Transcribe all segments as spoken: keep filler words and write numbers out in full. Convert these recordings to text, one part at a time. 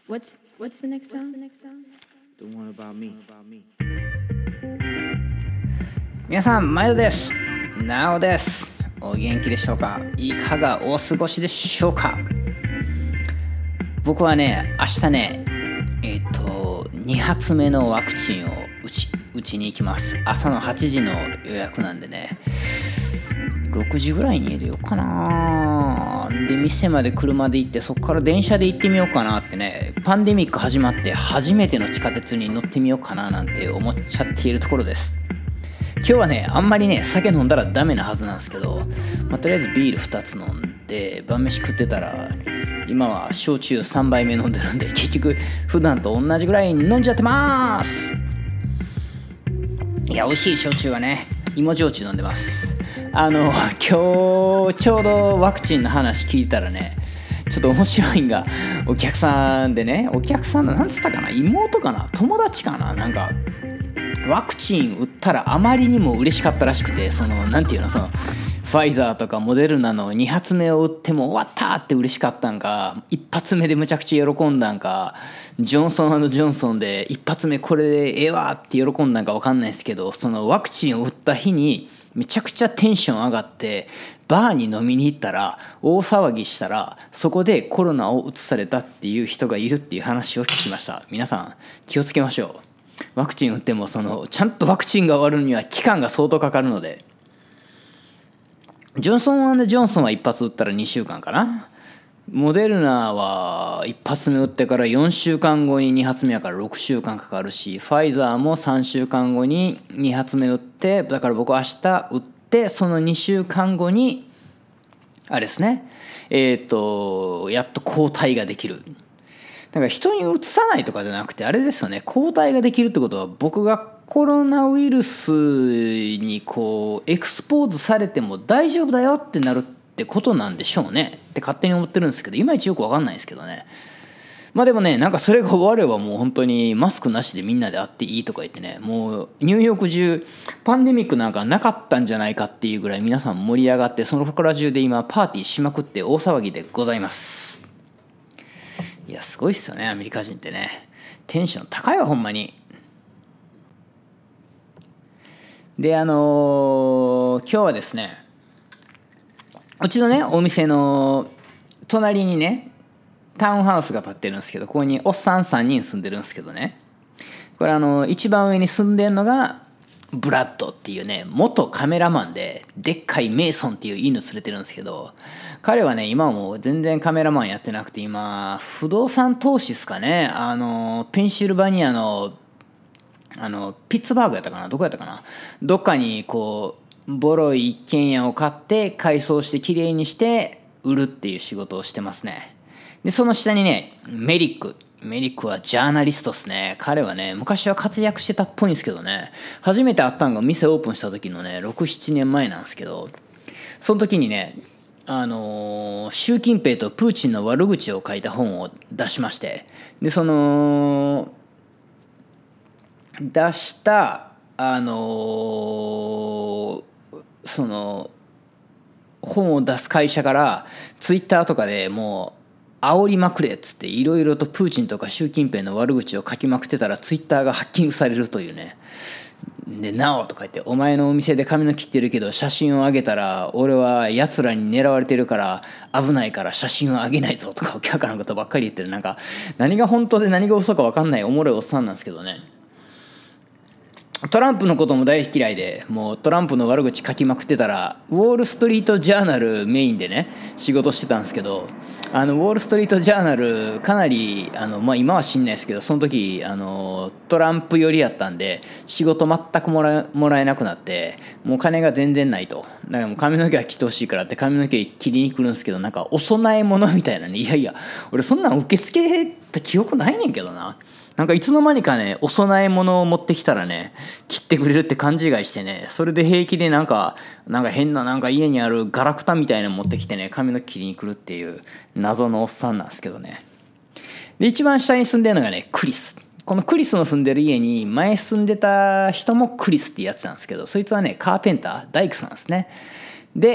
What's what's the next song? The one about me. 皆さん、毎度です。なおです。お元気でしょうか？いかがお過ごしでしょうか？僕はね、明日ね、えっと、に発目のワクチンを打ち、打ちに行きます。朝のはちじの予約なんでね、ろくじぐらいに家出ようかな。で、店まで車で行って、そこから電車で行ってみようかなってね、パンデミック始まって初めての地下鉄に乗ってみようかななんて思っちゃっているところです。今日はね、あんまりね、酒飲んだらダメなはずなんですけど、まあ、とりあえずビールふたつ飲んで、晩飯食ってたら、今は焼酎さんばいめ飲んでるんで、結局、普段と同じぐらい飲んじゃってまーす。いや、美味しい焼酎はね、芋焼酎飲んでます。あの、今日、ちょうどワクチンの話聞いたらね、ちょっと面白いんが、お客さんでね、お客さんの、なんつったかな、妹かな、友達かな、なんか、ワクチン打ったらあまりにも嬉しかったらしくて、そのなんていうの、そのファイザーとかモデルナのに発目を打っても終わったって嬉しかったんか、いち発目でむちゃくちゃ喜んだんか、ジョンソン&ジョンソンでいち発目これでええわって喜んだんか分かんないですけど、そのワクチンを打った日にめちゃくちゃテンション上がってバーに飲みに行ったら大騒ぎしたら、そこでコロナを移されたっていう人がいるっていう話を聞きました。皆さん気をつけましょう。ワクチン打ってもそのちゃんとワクチンが終わるには期間が相当かかるので、ジョンソン&ジョンソンは一発打ったらにしゅうかんかな。モデルナは一発目打ってからよんしゅうかんごにに発目やからろくしゅうかんかかるし、ファイザーもさんしゅうかんごにに発目打って、だから僕は明日打ってそのにしゅうかんごにあれですね、えっとやっと抗体ができる。だから人にうつさないとかじゃなくて、あれですよね、抗体ができるってことは、僕がコロナウイルスにこうエクスポーズされても大丈夫だよってなるってことなんでしょうねって勝手に思ってるんですけど、いまいちよく分かんないですけどね。まあでもね、なんかそれが終わればもう本当にマスクなしでみんなで会っていいとか言ってね、もうニューヨーク中パンデミックなんかなかったんじゃないかっていうぐらい皆さん盛り上がって、そのこら中で今パーティーしまくって大騒ぎでございます。いや、すごいっすよね、アメリカ人ってね。テンション高いわ、ほんまに。で、あのー、今日はですね、うちのね、お店の隣にね、タウンハウスが建ってるんですけど、ここにおっさんさんにん住んでるんですけどね。これあの、一番上に住んでるのが、ブラッドっていうね、元カメラマンで、でっかいメイソンっていう犬連れてるんですけど、彼はね、今はもう全然カメラマンやってなくて、今、不動産投資ですかね、あの、ペンシルバニアの、あの、ピッツバーグやったかな、どこやったかな、どっかにこう、ボロい一軒家を買って、改装してきれいにして、売るっていう仕事をしてますね。で、その下にね、メリック。メリックはジャーナリストっすね。彼はね、昔は活躍してたっぽいんですけどね、初めて会ったんが店オープンした時のね、ろく、ななねんまえなんですけど、その時にね、あのー、習近平とプーチンの悪口を書いた本を出しまして、で、その、出した、あのー、その、本を出す会社から、ツイッターとかでもう、煽りまくれっつっていろいろとプーチンとか習近平の悪口を書きまくってたらツイッターがハッキングされるというね。で、なおとか言って、お前のお店で髪の切ってるけど写真を上げたら俺は奴らに狙われてるから危ないから写真を上げないぞとか、お客のことばっかり言ってる、なんか何が本当で何が嘘か分かんないおもろいおっさんなんですけどね。トランプのことも大嫌いで、もうトランプの悪口書きまくってたら、ウォールストリートジャーナルメインでね仕事してたんですけど、あのウォールストリートジャーナルかなりあの、まあ、今は知んないですけど、その時あのトランプ寄りやったんで仕事全くもらもらえなくなって、もう金が全然ないと。だからもう髪の毛は切ってほしいからって髪の毛切りに来るんですけど、なんかお供え物みたいなね、いやいや俺そんなん受け付けた記憶ないねんけどな。なんかいつの間にかね、お供え物を持ってきたらね、切ってくれるって勘違いしてね、それで平気でなんか、なんか変ななんか家にあるガラクタみたいなの持ってきてね、髪の毛切りに来るっていう謎のおっさんなんですけどね。で、一番下に住んでるのがね、クリス。このクリスの住んでる家に前住んでた人もクリスっていうやつなんですけど、そいつはね、カーペンター、大工さんですね。で、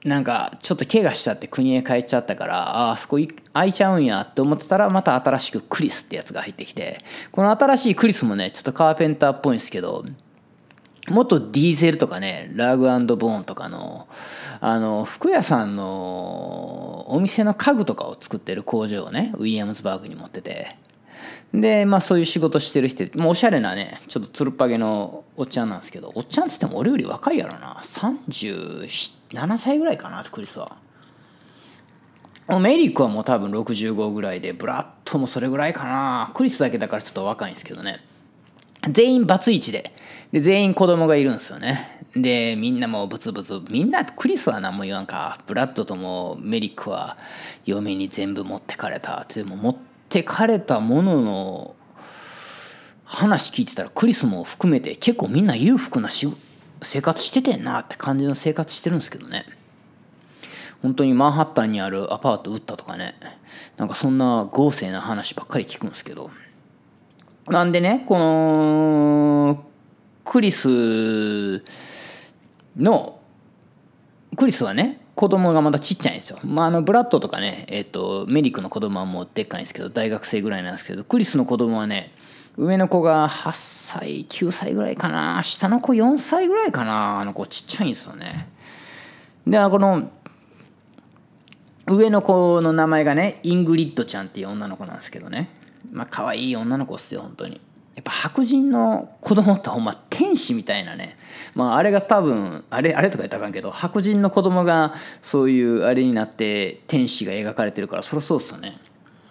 なんかちょっと怪我しちゃって国へ帰っちゃったから、ああそこ空いちゃうんやって思ってたら、また新しくクリスってやつが入ってきて、この新しいクリスもねちょっとカーペンターっぽいんですけど、元ディーゼルとかねラグ&ボーンとかのあの服屋さんのお店の家具とかを作ってる工場をねウィリアムズバーグに持ってて、でまあそういう仕事してる人、もうおしゃれなねちょっとつるっぱげのおっちゃんなんですけど、おっちゃんっつっても俺より若いやろな、さんじゅうななさいぐらいかなクリスは。メリックはもう多分ろくじゅうごぐらいで、ブラッドもそれぐらいかな。クリスだけだからちょっと若いんですけどね。全員バツイチで、で全員子供がいるんですよね。でみんなもうブツブツ、みんなクリスは何も言わんか、ブラッドともメリックは嫁に全部持ってかれたって。でも持ってかれたものの話聞いてたら、クリスも含めて結構みんな裕福なし生活しててんなって感じの生活してるんですけどね。本当にマンハッタンにあるアパート売ったとかね、なんかそんな豪勢な話ばっかり聞くんですけど、なんでねこのクリスのクリスはね子供がまだちっちゃいんですよ。まあ、あのブラッドとかね、えっとメリックの子供はもうでっかいんですけど、大学生ぐらいなんですけど、クリスの子供はね上の子がはっさいきゅうさいぐらいかな、下の子よんさいぐらいかな。あの子ちっちゃいんですよね。でこの上の子の名前がねイングリッドちゃんっていう女の子なんですけどね、まあ可愛い女の子っすよ本当に。やっぱ白人の子供ってほんま天使みたいなね、まああれが多分あれあれとか言ったらあかんけど、白人の子供がそういうあれになって天使が描かれてるから、そりゃそうっすよね。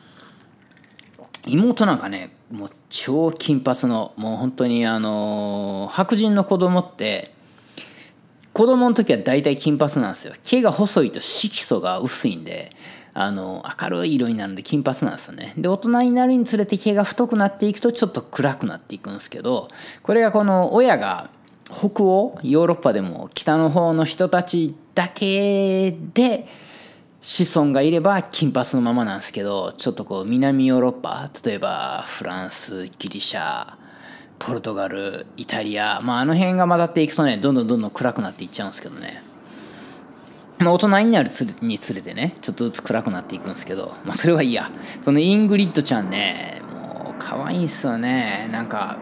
妹なんかねもう超金髪の、もう本当にあの白人の子供って子供の時は大体金髪なんですよ。毛が細いと色素が薄いんで、あの明るい色になるんで金髪なんですよね。で大人になるにつれて毛が太くなっていくとちょっと暗くなっていくんですけど、これがこの親が北欧ヨーロッパでも北の方の人たちだけで子孫がいれば金髪のままなんですけど、ちょっとこう南ヨーロッパ、例えばフランス、ギリシャ、ポルトガル、イタリア、まああの辺が混ざっていくとねどんどんどんどん暗くなっていっちゃうんですけどね。まあ、大人になるにつれてねちょっとずつ暗くなっていくんですけど、まあそれはいいや。そのイングリッドちゃんねもう可愛いんすよね。なんか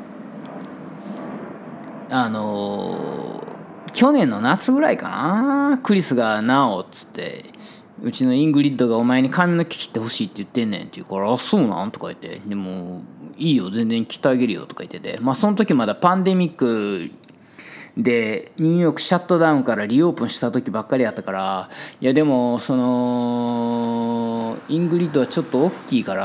あのー、去年の夏ぐらいかな、クリスがなおっつって、うちのイングリッドがお前に髪の毛切ってほしいって言ってんねんって言うから、あそうなんとか言って、でもいいよ全然切ってあげるよとか言ってて、まあその時まだパンデミックでニューヨークシャットダウンからリオープンした時ばっかりやったから、いやでもそのイングリッドはちょっと大きいから、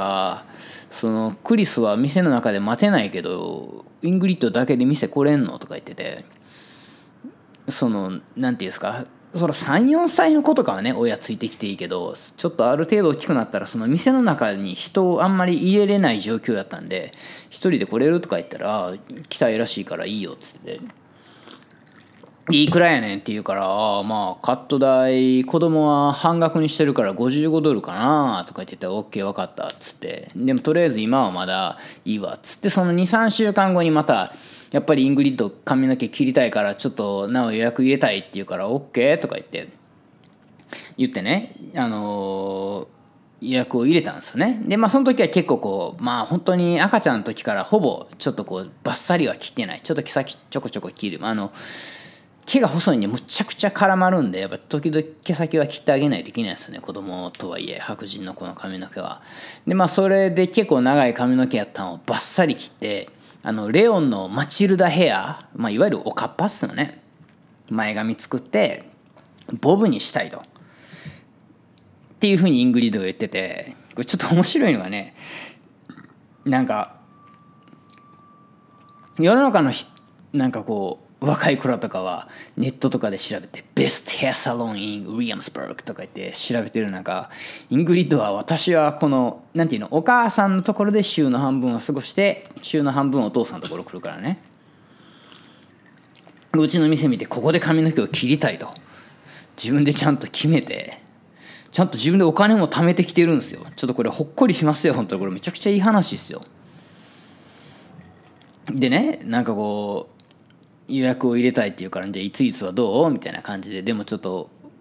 そのクリスは店の中で待てないけどイングリッドだけで店来れんのとか言ってて、そのなんていうんですか、そのさんよんさいの子とかはね親ついてきていいけど、ちょっとある程度大きくなったらその店の中に人をあんまり入れれない状況だったんで、一人で来れるとか言ったら来たいらしいからいいよっつってて、いくらやねんって言うから、あまあカット代子供は半額にしてるからごじゅうごドルかなとか言ってて、オッケー分かったっつって、でもとりあえず今はまだいいわっつって、その にさんしゅうかんごにまたやっぱりイングリッド髪の毛切りたいからちょっとなお予約入れたいって言うから、オッケーとか言って言ってね、あのー予約を入れたんですよね。でまあその時は結構こうまあ本当に赤ちゃんの時からほぼちょっとこうバッサリは切ってない、ちょっと毛先ちょこちょこ切る、あの毛が細いんでむちゃくちゃ絡まるんで、やっぱ時々毛先は切ってあげないといけないですね、子供とはいえ白人の子の髪の毛は。でまあそれで結構長い髪の毛やったのをバッサリ切って、あのレオンのマチルダヘア、まあ、いわゆるおかっぱっすよね、前髪作ってボブにしたいとっていうふうにイングリッドが言ってて、これちょっと面白いのがね、なんか世の中のなんかこう若い子らとかはネットとかで調べてベストヘアサロン in ウィリアムスバーグとか言って調べてる中、イングリッドは私はこのなんていうの、お母さんのところで週の半分を過ごして週の半分お父さんのところ来るからね、うちの店見てここで髪の毛を切りたいと自分でちゃんと決めて、ちゃんと自分でお金も貯めてきてるんですよ。ちょっとこれほっこりしますよ本当に。これめちゃくちゃいい話ですよ。でね、なんかこう予約を入れたいっていうから、じゃあいついつはどうみたいな感じで、でもちょっと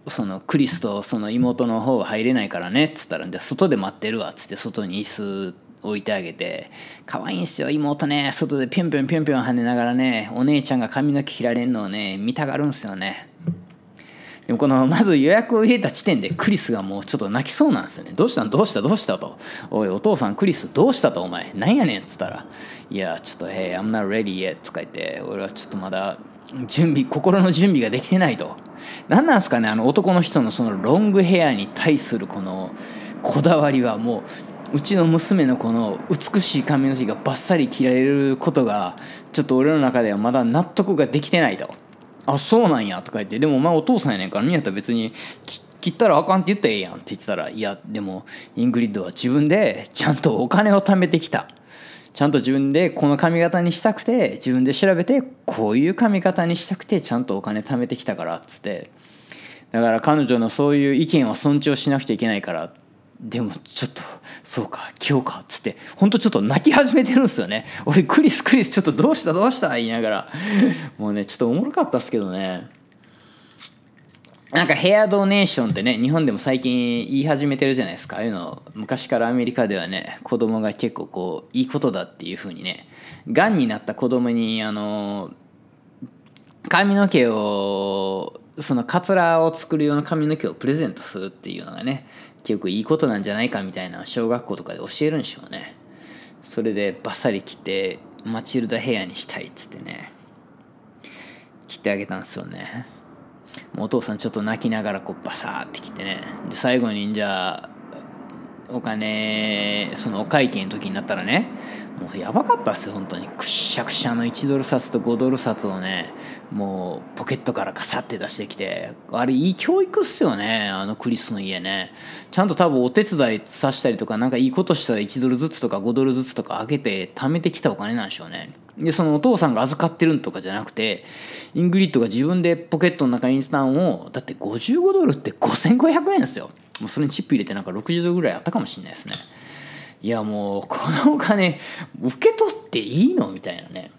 そのクリスとその妹の方は入れないからねっつったら、じゃあ外で待ってるわっつって外に椅子置いてあげて、可愛いんすよ妹ね、外でピョンピョンピョンピョン跳ねながらね、お姉ちゃんが髪の毛切られんのをね見たがるんすよね。でもこのまず予約を入れた時点でクリスがもうちょっと泣きそうなんですよね。どうしたんどうしたどうしたと。おいお父さんクリスどうしたと、お前なんやねんっつったら、いやちょっと Hey I'm not ready yet とか言って、俺はちょっとまだ準備心の準備ができてないと。なんなんすかね、あの男の人のそのロングヘアに対するこのこだわりは。もううちの娘のこの美しい髪の毛がバッサリ切られることがちょっと俺の中ではまだ納得ができてないと。あ、そうなんやとか言って、でもお前お父さんやねんから、何やったら別に切ったらあかんって言ったらええやんって言ってたら、いやでもイングリッドは自分でちゃんとお金を貯めてきた、ちゃんと自分でこの髪型にしたくて自分で調べてこういう髪型にしたくてちゃんとお金貯めてきたからっつって、だから彼女のそういう意見は尊重しなくちゃいけないから、でもちょっとそうか今日かっつって本当ちょっと泣き始めてるんですよね。俺クリスクリスちょっとどうしたどうした言いながら、もうねちょっとおもろかったっすけどね。なんかヘアドネーションってね日本でも最近言い始めてるじゃないですか。ああいうの昔からアメリカではね、子供が結構こういいことだっていう風にね、がんになった子供にあの髪の毛をそのカツラを作る用の髪の毛をプレゼントするっていうのがね結構いいことなんじゃないかみたいな小学校とかで教えるんでしょうね。それでバッサリ切ってマチルダヘアにしたいっつってね切ってあげたんですよね。もうお父さんちょっと泣きながらこうバサーって切ってね、で最後にじゃあお金そのお会計の時になったらね、もうやばかったっすよ本当に。くっしゃくしゃのいちドル札とごドル札をねもうポケットからカサって出してきて、あれいい教育っすよねあのクリスの家ね。ちゃんと多分お手伝いさせたりとかなんかいいことしたらいちドルずつとかごドルずつとかあげて貯めてきたお金なんでしょうね。でそのお父さんが預かってるんとかじゃなくて、イングリッドが自分でポケットの中に入れたのを、だってごじゅうごドルってごせんごひゃくえんですよ。もうそれにチップ入れてなんかろくじゅうドルぐらいあったかもしれないですね。いやもうこのお金受け取っていいのみたいなね、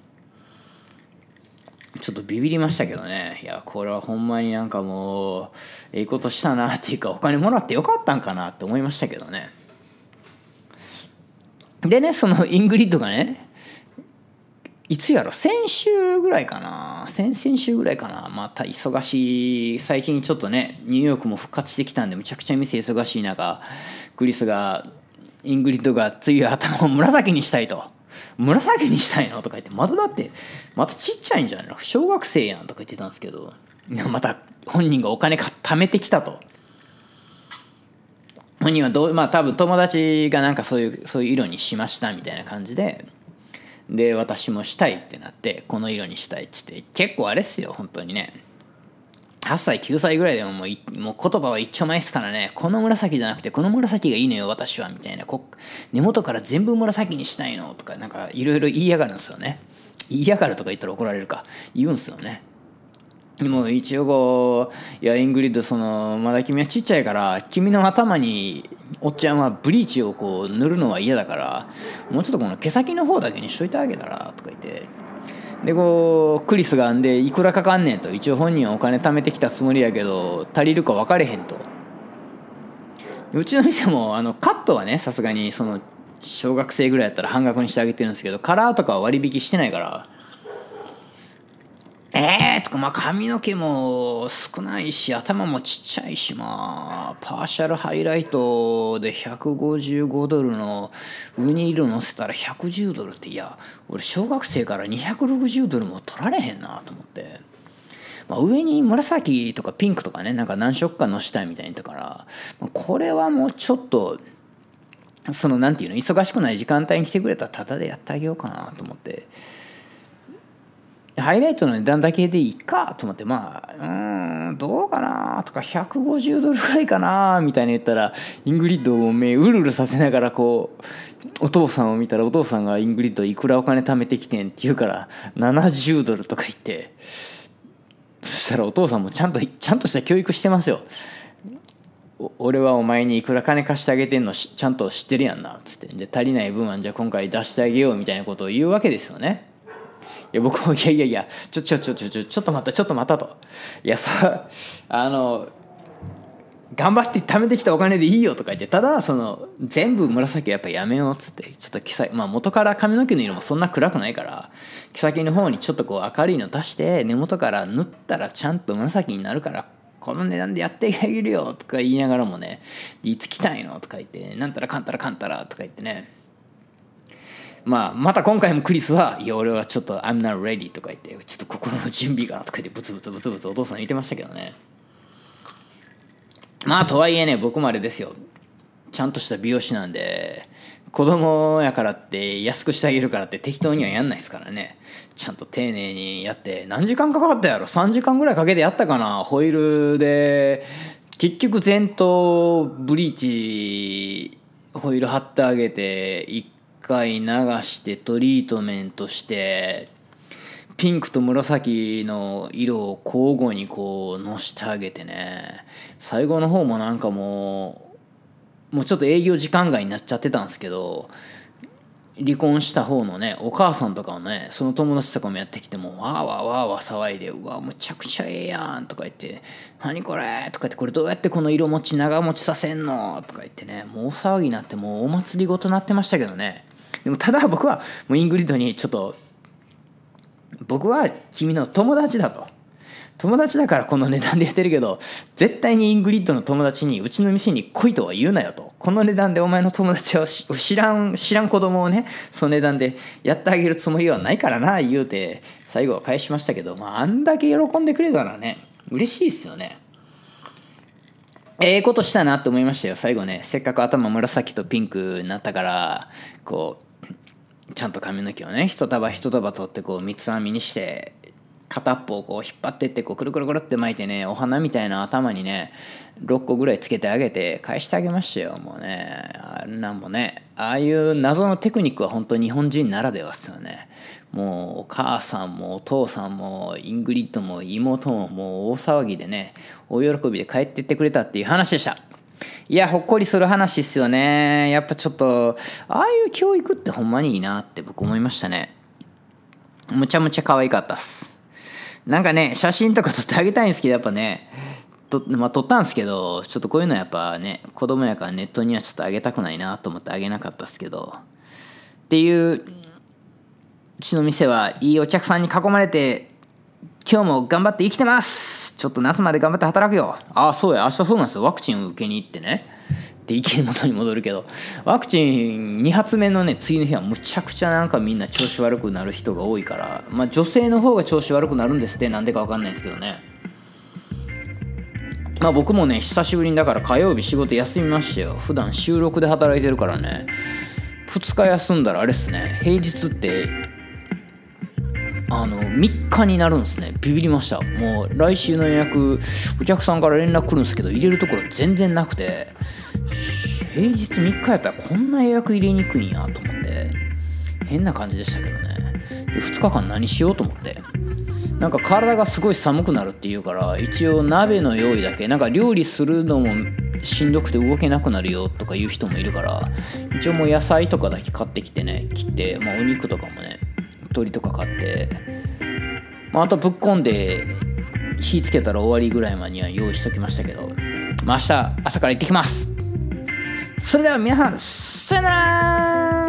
ちょっとビビりましたけどね。いやこれはほんまになんかもうええことしたなっていうか、お金もらってよかったんかなって思いましたけどね。でねそのイングリッドがねいつやろ先週ぐらいかな先々週ぐらいかな、また忙しい最近ちょっとねニューヨークも復活してきたんでむちゃくちゃ店忙しい中、クリスがイングリッドが次は頭を紫にしたいと、紫にしたいのとか言って、まただってまたちっちゃいんじゃないの小学生やんとか言ってたんですけど、また本人がお金か貯めてきたと。本人はどうまあ多分友達がなんかそういうそういう色にしましたみたいな感じで、で私もしたいってなってこの色にしたいっつって、結構あれっすよ本当にね、はっさいきゅうさいぐらいでももういもう言葉は一丁前ですからね、この紫じゃなくてこの紫がいいのよ私はみたいな、こ根元から全部紫にしたいのとかなんかいろいろ言いやがるんですよね。言いやがるとか言ったら怒られるか、言うんですよね。でも一応こういやイングリッドそのまだ君はちっちゃいから君の頭におっちゃんはブリーチをこう塗るのは嫌だからもうちょっとこの毛先の方だけにしといてあげたらとか言って、でこうクリスがんでいくらかかんねんと、一応本人はお金貯めてきたつもりやけど足りるか分かれへんと。うちの店もあのカットはねさすがにその小学生ぐらいやったら半額にしてあげてるんですけど、カラーとかは割引してないからえーとかまあ髪の毛も少ないし頭もちっちゃいし、まあパーシャルハイライトでひゃくごじゅうごドルの上に色乗せたらひゃくじゅうドルって、いや俺小学生からにひゃくろくじゅうドルも取られへんなと思って、まあ、上に紫とかピンクとかねなんか何色かのしたいみたいに言ったから、これはもうちょっとそのなんていうの忙しくない時間帯に来てくれたらタダでやってあげようかなと思って、ハイライトの値段だけでいいかと思って、まあうーんどうかなとかひゃくごじゅうドルぐらいかなみたいに言ったら、イングリッドを目うるうるさせながらこうお父さんを見たら、お父さんがイングリッドいくらお金貯めてきてんって言うからななじゅうドルとか言って、そしたらお父さんもちゃんとちゃんとした教育してますよ。俺はお前にいくら金貸してあげてんのちゃんと知ってるやんなっつって、で足りない分はじゃあ今回出してあげようみたいなことを言うわけですよね。いや僕もいやいやいやちょちょちょちょちょちょっと待ったちょっと待ったと、いやさあの頑張って貯めてきたお金でいいよとか言って、ただその全部紫はやっぱやめようっつって、ちょっと毛先、まあ元から髪の毛の色もそんな暗くないから毛先の方にちょっとこう明るいの出して根元から塗ったらちゃんと紫になるからこの値段でやってあげるよとか言いながらもね、いつ来たいのとか言って、なんたらかんたらかんたらとか言ってね、まあまた今回もクリスはいや俺はちょっと I'm not ready とか言って、ちょっと心の準備がとか言ってブツブツブツブツお父さん言ってましたけどね。まあとはいえね、僕までですよ、ちゃんとした美容師なんで、子供やからって安くしてあげるからって適当にはやんないですからね。ちゃんと丁寧にやって、何時間かかったやろ、さんじかんぐらいかけてやったかな。ホイールで結局前頭ブリーチホイール貼ってあげて、一回流してトリートメントして、ピンクと紫の色を交互にこうのしてあげてね、最後の方もなんかもうもうちょっと営業時間外になっちゃってたんですけど、離婚した方のねお母さんとかもね、その友達とかもやってきて、もうわーわーわーわー騒いで、うわむちゃくちゃええやんとか言って、何これとか言って、これどうやってこの色持ち長持ちさせんのとか言ってね、もう大騒ぎになって、もうお祭りごとなってましたけどね。でもただ僕はもうイングリッドにちょっと、僕は君の友達だと、友達だからこの値段でやってるけど、絶対にイングリッドの友達にうちの店に来いとは言うなよと、この値段でお前の友達を知らん知らん子供をね、その値段でやってあげるつもりはないからな言うて最後は返しましたけど、まああんだけ喜んでくれたらね嬉しいですよね。ええことしたなと思いましたよ最後ね。せっかく頭紫とピンクになったから、こうちゃんと髪の毛をね一束一束取ってこう三つ編みにして、片っぽをこう引っ張ってってこうくるくるくるって巻いてね、お花みたいな頭にねろっこぐらいつけてあげて返してあげましたよ。もうねあんなんもね、ああいう謎のテクニックは本当に日本人ならではですよね。もうお母さんもお父さんもイングリッドも妹ももう大騒ぎでね、大喜びで帰ってってくれたっていう話でした。いやほっこりする話っすよね。やっぱちょっとああいう教育ってほんまにいいなって僕思いましたね。むちゃむちゃ可愛かったっす。なんかね写真とか撮ってあげたいんですけど、やっぱねと、まあ、撮ったんですけど、ちょっとこういうのやっぱね子供やからネットにはちょっとあげたくないなと思ってあげなかったっすけど、っていううちの店はいいお客さんに囲まれて今日も頑張って生きてます。ちょっと夏まで頑張って働くよ。ああそうや明日そうなんですよ、ワクチンを受けに行ってねで生きる元に戻るけど、ワクチンに発目のね次の日はむちゃくちゃなんかみんな調子悪くなる人が多いから、まあ女性の方が調子悪くなるんですって、なんでか分かんないんですけどね。まあ僕もね久しぶりにだから火曜日仕事休みましたよ。普段週ろくで働いてるからね、ふつか休んだらあれっすね、平日ってあのみっかになるんですね。ビビりました。もう来週の予約お客さんから連絡来るんですけど入れるところ全然なくて、平日みっかやったらこんな予約入れにくいんやと思って変な感じでしたけどね。でふつかかん何しようと思って、なんか体がすごい寒くなるっていうから一応鍋の用意だけ、なんか料理するのもしんどくて動けなくなるよとかいう人もいるから、一応もう野菜とかだけ買ってきてね切って、まあ、お肉とかもね鶏とか買って、まあ、あとぶっこんで火つけたら終わりぐらいまでには用意しときましたけど、まあ明日朝から行ってきます。それでは皆さんさよなら。